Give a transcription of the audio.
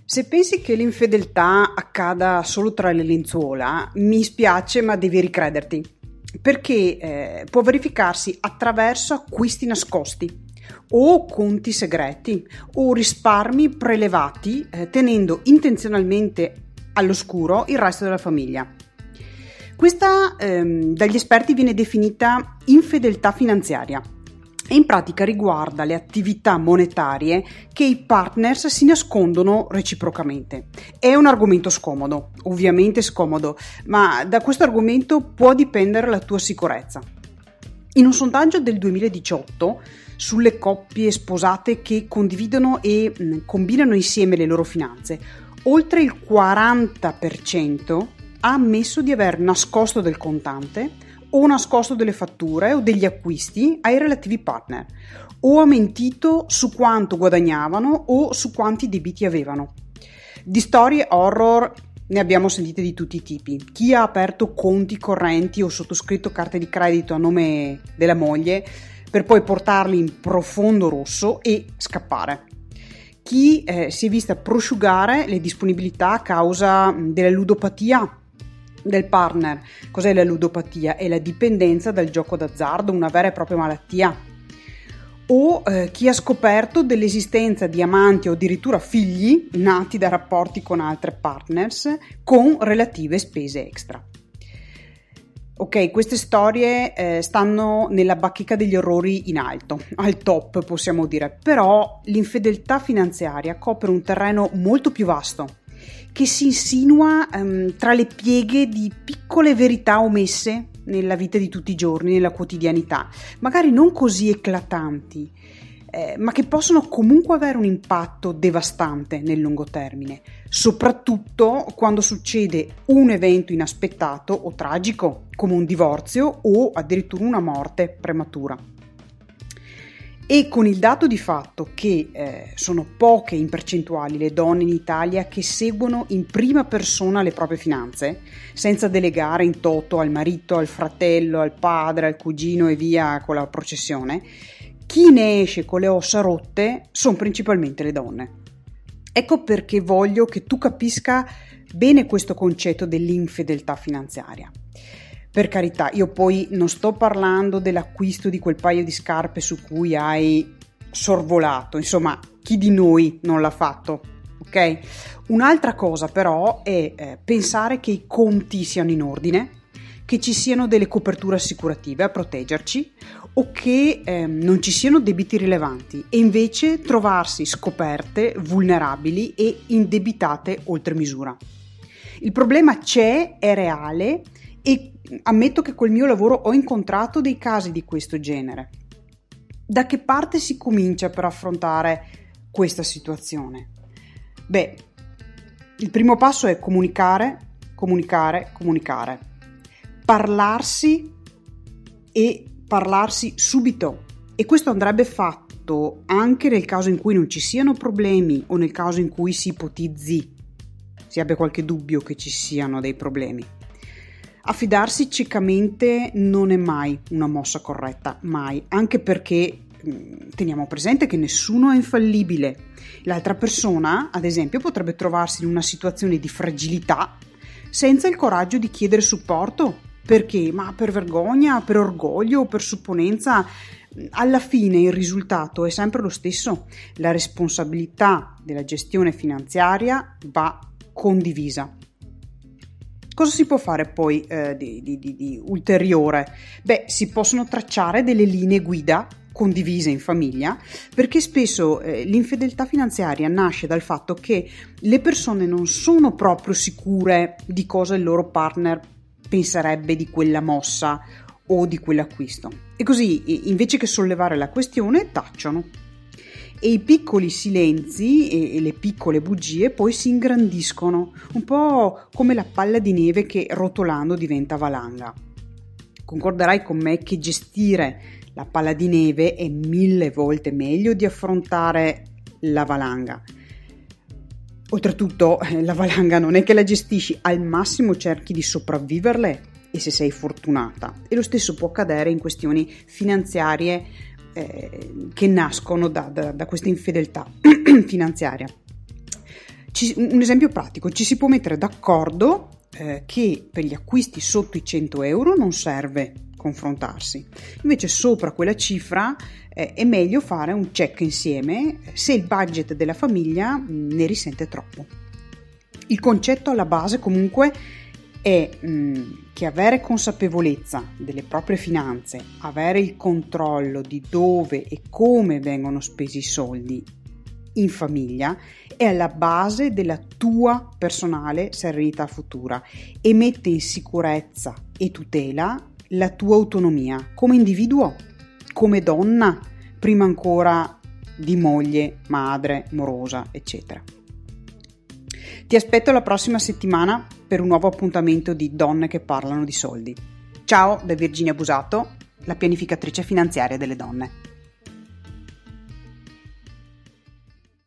Se pensi che l'infedeltà accada solo tra le lenzuola, mi spiace, ma devi ricrederti, perché può verificarsi attraverso acquisti nascosti o conti segreti o risparmi prelevati tenendo intenzionalmente all'oscuro il resto della famiglia. Questa dagli esperti viene definita infedeltà finanziaria e in pratica riguarda le attività monetarie che i partners si nascondono reciprocamente. È un argomento scomodo, ovviamente scomodo, ma da questo argomento può dipendere la tua sicurezza. In un sondaggio del 2018 sulle coppie sposate che condividono e combinano insieme le loro finanze, oltre il 40% ha ammesso di aver nascosto del contante o nascosto delle fatture o degli acquisti ai relativi partner, o ha mentito su quanto guadagnavano o su quanti debiti avevano. Di storie horror ne abbiamo sentite di tutti i tipi. Chi ha aperto conti correnti o sottoscritto carte di credito a nome della moglie per poi portarli in profondo rosso e scappare. Chi si è vista prosciugare le disponibilità a causa della ludopatia del partner. Cos'è la ludopatia? È la dipendenza dal gioco d'azzardo, una vera e propria malattia. O chi ha scoperto dell'esistenza di amanti o addirittura figli nati da rapporti con altre partners con relative spese extra. Ok, queste storie stanno nella bacheca degli orrori in alto, al top possiamo dire, però l'infedeltà finanziaria copre un terreno molto più vasto, che si insinua tra le pieghe di piccole verità omesse nella vita di tutti i giorni, nella quotidianità, magari non così eclatanti, ma che possono comunque avere un impatto devastante nel lungo termine, soprattutto quando succede un evento inaspettato o tragico, come un divorzio o addirittura una morte prematura. E con il dato di fatto che sono poche in percentuali le donne in Italia che seguono in prima persona le proprie finanze, senza delegare in toto al marito, al fratello, al padre, al cugino e via con la processione, chi ne esce con le ossa rotte sono principalmente le donne. Ecco perché voglio che tu capisca bene questo concetto dell'infedeltà finanziaria. Per carità, io poi non sto parlando dell'acquisto di quel paio di scarpe su cui hai sorvolato, insomma, chi di noi non l'ha fatto, ok? Un'altra cosa però è pensare che i conti siano in ordine, che ci siano delle coperture assicurative a proteggerci o che non ci siano debiti rilevanti e invece trovarsi scoperte, vulnerabili e indebitate oltre misura. Il problema c'è, è reale e ammetto che col mio lavoro ho incontrato dei casi di questo genere. Da che parte si comincia per affrontare questa situazione? Beh, il primo passo è comunicare. Parlarsi e parlarsi subito. E questo andrebbe fatto anche nel caso in cui non ci siano problemi o nel caso in cui si ipotizzi, si abbia qualche dubbio che ci siano dei problemi. Affidarsi ciecamente non è mai una mossa corretta, mai, anche perché teniamo presente che nessuno è infallibile. L'altra persona, ad esempio, potrebbe trovarsi in una situazione di fragilità senza il coraggio di chiedere supporto. Perché? Ma per vergogna, per orgoglio, per supponenza? Alla fine il risultato è sempre lo stesso. La responsabilità della gestione finanziaria va condivisa. Cosa si può fare poi di ulteriore? Beh, si possono tracciare delle linee guida condivise in famiglia, perché spesso l'infedeltà finanziaria nasce dal fatto che le persone non sono proprio sicure di cosa il loro partner penserebbe di quella mossa o di quell'acquisto. E così, invece che sollevare la questione, tacciono. E i piccoli silenzi e le piccole bugie poi si ingrandiscono, un po' come la palla di neve che rotolando diventa valanga. Concorderai con me che gestire la palla di neve è 1000 volte meglio di affrontare la valanga. Oltretutto, la valanga non è che la gestisci, al massimo cerchi di sopravviverle e se sei fortunata. E lo stesso può accadere in questioni finanziarie che nascono da questa infedeltà finanziaria. Un esempio pratico: ci si può mettere d'accordo che per gli acquisti sotto i 100 euro non serve confrontarsi, invece sopra quella cifra è meglio fare un check insieme se il budget della famiglia ne risente troppo. Il concetto alla base comunque è che avere consapevolezza delle proprie finanze, avere il controllo di dove e come vengono spesi i soldi in famiglia è alla base della tua personale serenità futura e mette in sicurezza e tutela la tua autonomia come individuo, come donna, prima ancora di moglie, madre, morosa, eccetera. Ti aspetto la prossima settimana per un nuovo appuntamento di Donne che parlano di soldi. Ciao da Virginia Busato, la pianificatrice finanziaria delle donne.